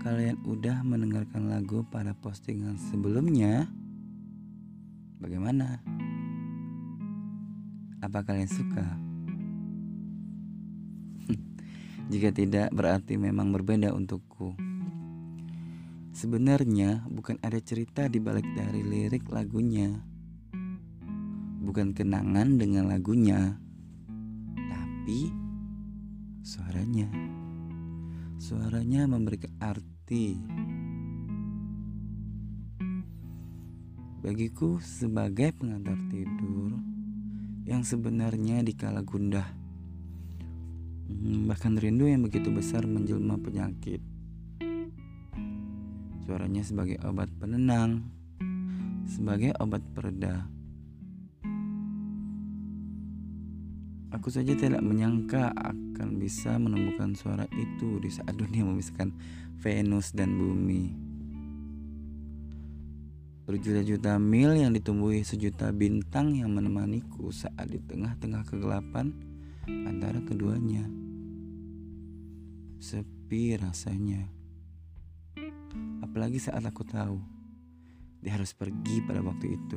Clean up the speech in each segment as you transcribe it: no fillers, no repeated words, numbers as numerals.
kalian udah mendengarkan lagu pada postingan sebelumnya? Bagaimana? Apa kalian suka? Jika tidak, berarti memang berbeda untukku. Sebenarnya bukan ada cerita di balik dari lirik lagunya, bukan kenangan dengan lagunya, tapi suaranya. Suaranya memberikan arti. Bagiku sebagai pengantar tidur yang sebenarnya dikala gundah, bahkan rindu yang begitu besar menjelma penyakit. Suaranya sebagai obat penenang, sebagai obat pereda. Aku saja tidak menyangka akan bisa menemukan suara itu di saat dunia memisahkan Venus dan bumi. Berjuta-juta mil yang ditumbuhi sejuta bintang yang menemaniku saat di tengah-tengah kegelapan antara keduanya. Sepi rasanya. Apalagi saat aku tahu dia harus pergi pada waktu itu.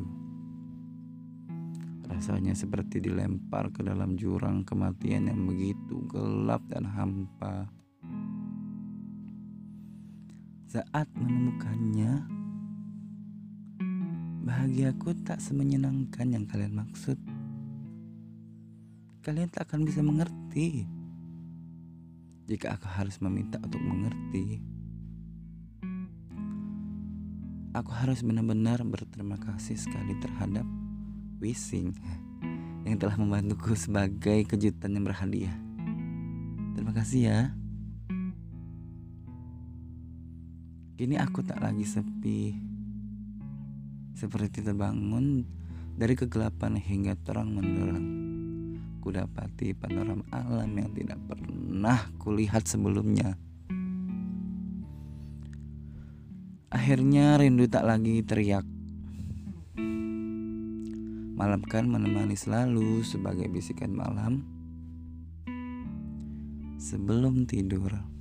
Rasanya seperti dilempar ke dalam jurang kematian yang begitu gelap dan hampa. Saat menemukannya, bahagiaku tak semenyenangkan yang kalian maksud. Kalian tak akan bisa mengerti jika aku harus meminta untuk mengerti. Aku harus benar-benar berterima kasih sekali terhadap Wishing yang telah membantuku sebagai kejutan yang berhadiah. Terima kasih ya. Kini aku tak lagi sepi, seperti terbangun dari kegelapan hingga terang menderang. Kudapati panorama alam yang tidak pernah kulihat sebelumnya. Akhirnya rindu tak lagi teriak. Malam kan menemani selalu sebagai bisikan malam sebelum tidur.